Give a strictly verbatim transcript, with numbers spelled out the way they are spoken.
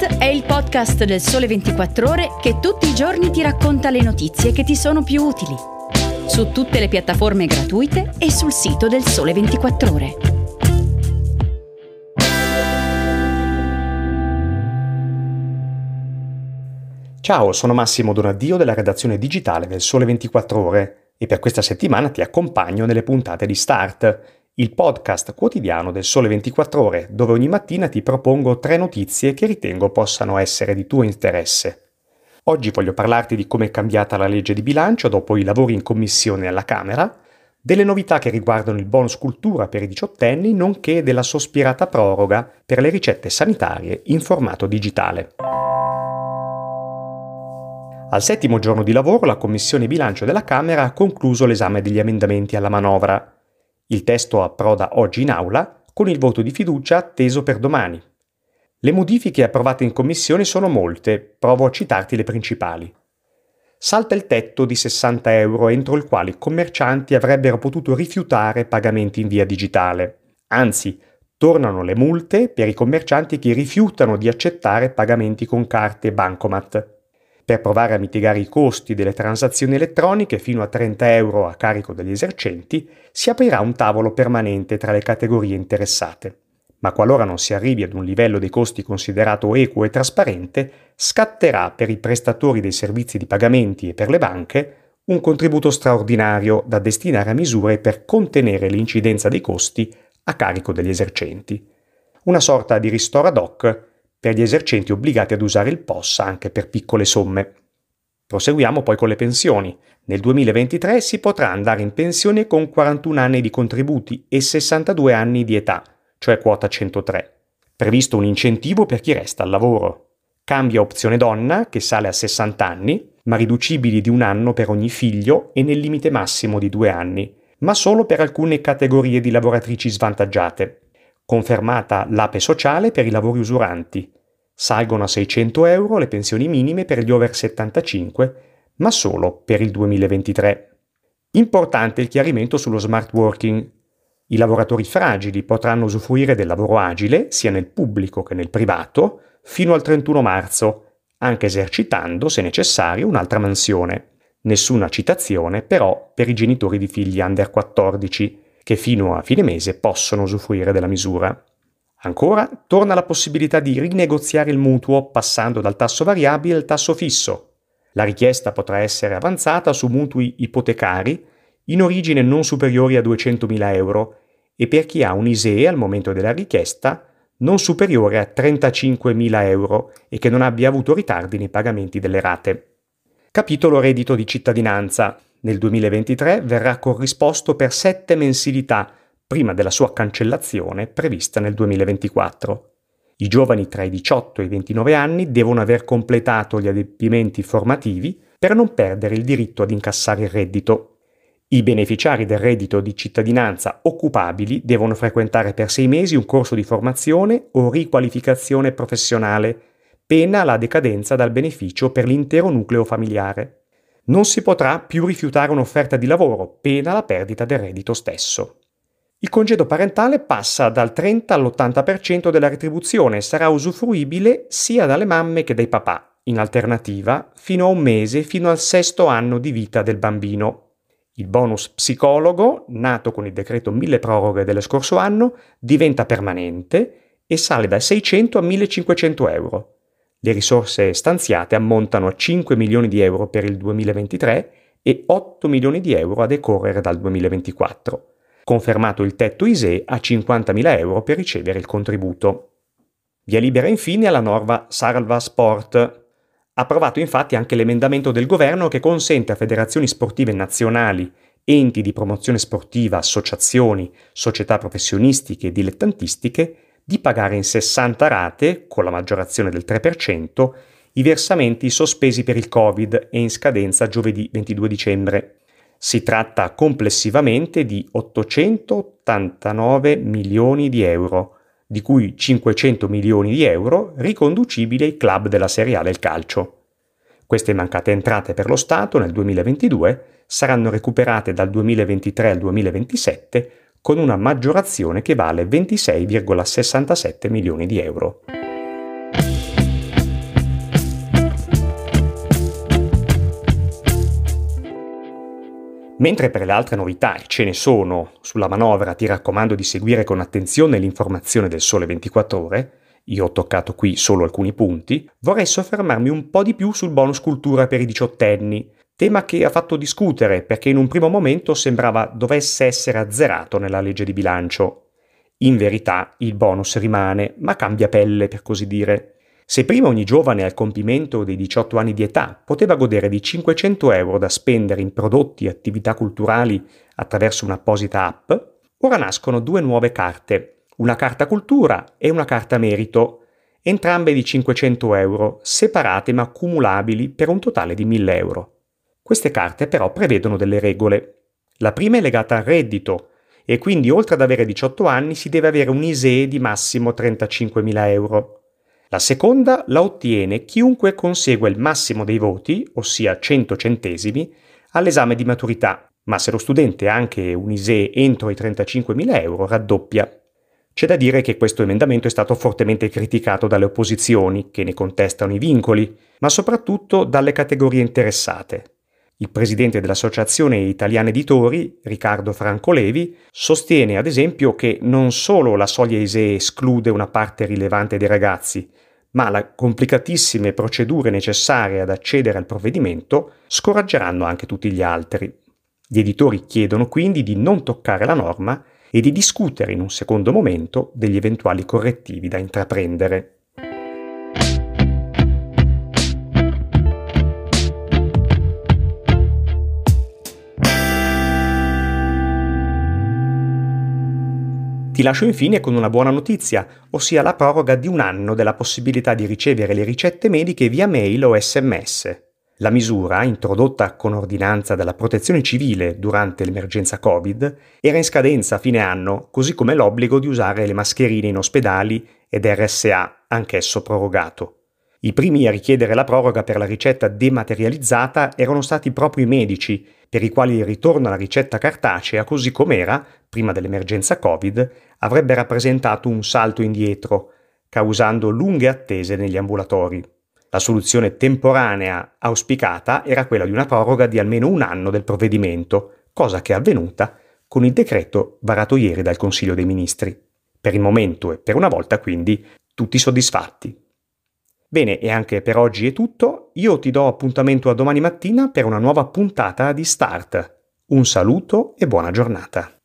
Sport è il podcast del Sole ventiquattro Ore che tutti i giorni ti racconta le notizie che ti sono più utili. Su tutte le piattaforme gratuite e sul sito del Sole ventiquattro Ore. Ciao, sono Massimo Donadio della redazione digitale del Sole ventiquattro Ore e per questa settimana ti accompagno nelle puntate di Start, il podcast quotidiano del Sole ventiquattro Ore, dove ogni mattina ti propongo tre notizie che ritengo possano essere di tuo interesse. Oggi voglio parlarti di come è cambiata la legge di bilancio dopo i lavori in commissione alla Camera, delle novità che riguardano il bonus cultura per i diciottenni, nonché della sospirata proroga per le ricette sanitarie in formato digitale. Al settimo giorno di lavoro la Commissione Bilancio della Camera ha concluso l'esame degli emendamenti alla manovra. Il testo approda oggi in aula con il voto di fiducia atteso per domani. Le modifiche approvate in Commissione sono molte, provo a citarti le principali. Salta il tetto di sessanta euro entro il quale i commercianti avrebbero potuto rifiutare pagamenti in via digitale. Anzi, tornano le multe per i commercianti che rifiutano di accettare pagamenti con carte e bancomat. Per provare a mitigare i costi delle transazioni elettroniche fino a trenta euro a carico degli esercenti, si aprirà un tavolo permanente tra le categorie interessate. Ma qualora non si arrivi ad un livello dei costi considerato equo e trasparente, scatterà per i prestatori dei servizi di pagamenti e per le banche un contributo straordinario da destinare a misure per contenere l'incidenza dei costi a carico degli esercenti. Una sorta di ristoro ad hoc per gli esercenti obbligati ad usare il P O S anche per piccole somme. Proseguiamo poi con le pensioni. Nel duemilaventitré si potrà andare in pensione con quarantuno anni di contributi e sessantadue anni di età, cioè quota centotré. Previsto un incentivo per chi resta al lavoro. Cambia opzione donna, che sale a sessanta anni, ma riducibili di un anno per ogni figlio e nel limite massimo di due anni, ma solo per alcune categorie di lavoratrici svantaggiate. Confermata l'A P E sociale per i lavori usuranti. Salgono a seicento euro le pensioni minime per gli over settantacinque, ma solo per il duemilaventitré. Importante il chiarimento sullo smart working. I lavoratori fragili potranno usufruire del lavoro agile, sia nel pubblico che nel privato, fino al trentuno marzo, anche esercitando, se necessario, un'altra mansione. Nessuna citazione, però, per i genitori di figli under quattordici, che fino a fine mese possono usufruire della misura. Ancora, torna la possibilità di rinegoziare il mutuo passando dal tasso variabile al tasso fisso. La richiesta potrà essere avanzata su mutui ipotecari in origine non superiori a duecentomila euro e per chi ha un I S E E al momento della richiesta non superiore a trentacinquemila euro e che non abbia avuto ritardi nei pagamenti delle rate. Capitolo reddito di cittadinanza. Nel duemilaventitré verrà corrisposto per sette mensilità, prima della sua cancellazione prevista nel duemilaventiquattro. I giovani tra i diciotto e i ventinove anni devono aver completato gli adempimenti formativi per non perdere il diritto ad incassare il reddito. I beneficiari del reddito di cittadinanza occupabili devono frequentare per sei mesi un corso di formazione o riqualificazione professionale, pena la decadenza dal beneficio per l'intero nucleo familiare. Non si potrà più rifiutare un'offerta di lavoro, pena la perdita del reddito stesso. Il congedo parentale passa dal trenta all'ottanta per cento della retribuzione e sarà usufruibile sia dalle mamme che dai papà, in alternativa fino a un mese fino al sesto anno di vita del bambino. Il bonus psicologo, nato con il decreto mille proroghe dello scorso anno, diventa permanente e sale da seicento a millecinquecento euro. Le risorse stanziate ammontano a cinque milioni di euro per il duemilaventitré e otto milioni di euro a decorrere dal duemilaventiquattro. Confermato il tetto I S E E a cinquantamila euro per ricevere il contributo. Via libera infine alla norma Salva Sport. Approvato infatti anche l'emendamento del governo che consente a federazioni sportive nazionali, enti di promozione sportiva, associazioni, società professionistiche e dilettantistiche di pagare in sessanta rate, con la maggiorazione del tre per cento, i versamenti sospesi per il Covid e in scadenza giovedì ventidue dicembre. Si tratta complessivamente di ottocentottantanove milioni di euro, di cui cinquecento milioni di euro riconducibili ai club della Serie A del calcio. Queste mancate entrate per lo Stato nel duemilaventidue saranno recuperate dal duemilaventitré al duemilaventisette con una maggiorazione che vale ventisei virgola sessantasette milioni di euro. Mentre per le altre novità, e ce ne sono sulla manovra, ti raccomando di seguire con attenzione l'informazione del Sole ventiquattro Ore, io ho toccato qui solo alcuni punti, vorrei soffermarmi un po' di più sul bonus cultura per i diciottenni, tema che ha fatto discutere perché in un primo momento sembrava dovesse essere azzerato nella legge di bilancio. In verità il bonus rimane, ma cambia pelle per così dire. Se prima ogni giovane al compimento dei diciotto anni di età poteva godere di cinquecento euro da spendere in prodotti e attività culturali attraverso un'apposita app, ora nascono due nuove carte, una carta cultura e una carta merito, entrambe di cinquecento euro, separate ma accumulabili per un totale di mille euro. Queste carte però prevedono delle regole. La prima è legata al reddito e quindi oltre ad avere diciotto anni si deve avere un I S E E di massimo trentacinquemila euro. La seconda la ottiene chiunque consegue il massimo dei voti, ossia cento centesimi, all'esame di maturità, ma se lo studente ha anche un I S E E entro i trentacinquemila euro raddoppia. C'è da dire che questo emendamento è stato fortemente criticato dalle opposizioni, che ne contestano i vincoli, ma soprattutto dalle categorie interessate. Il presidente dell'Associazione Italiana Editori, Riccardo Franco Levi, sostiene ad esempio che non solo la soglia I S E E esclude una parte rilevante dei ragazzi, ma le complicatissime procedure necessarie ad accedere al provvedimento scoraggeranno anche tutti gli altri. Gli editori chiedono quindi di non toccare la norma e di discutere in un secondo momento degli eventuali correttivi da intraprendere. Ti lascio infine con una buona notizia, ossia la proroga di un anno della possibilità di ricevere le ricette mediche via mail o S M S. La misura, introdotta con ordinanza dalla Protezione Civile durante l'emergenza Covid, era in scadenza a fine anno, così come l'obbligo di usare le mascherine in ospedali ed R S A, anch'esso prorogato. I primi a richiedere la proroga per la ricetta dematerializzata erano stati proprio i medici, per i quali il ritorno alla ricetta cartacea, così com'era, prima dell'emergenza Covid, avrebbe rappresentato un salto indietro, causando lunghe attese negli ambulatori. La soluzione temporanea auspicata era quella di una proroga di almeno un anno del provvedimento, cosa che è avvenuta con il decreto varato ieri dal Consiglio dei Ministri. Per il momento e per una volta quindi tutti soddisfatti. Bene, e anche per oggi è tutto, io ti do appuntamento a domani mattina per una nuova puntata di Start. Un saluto e buona giornata.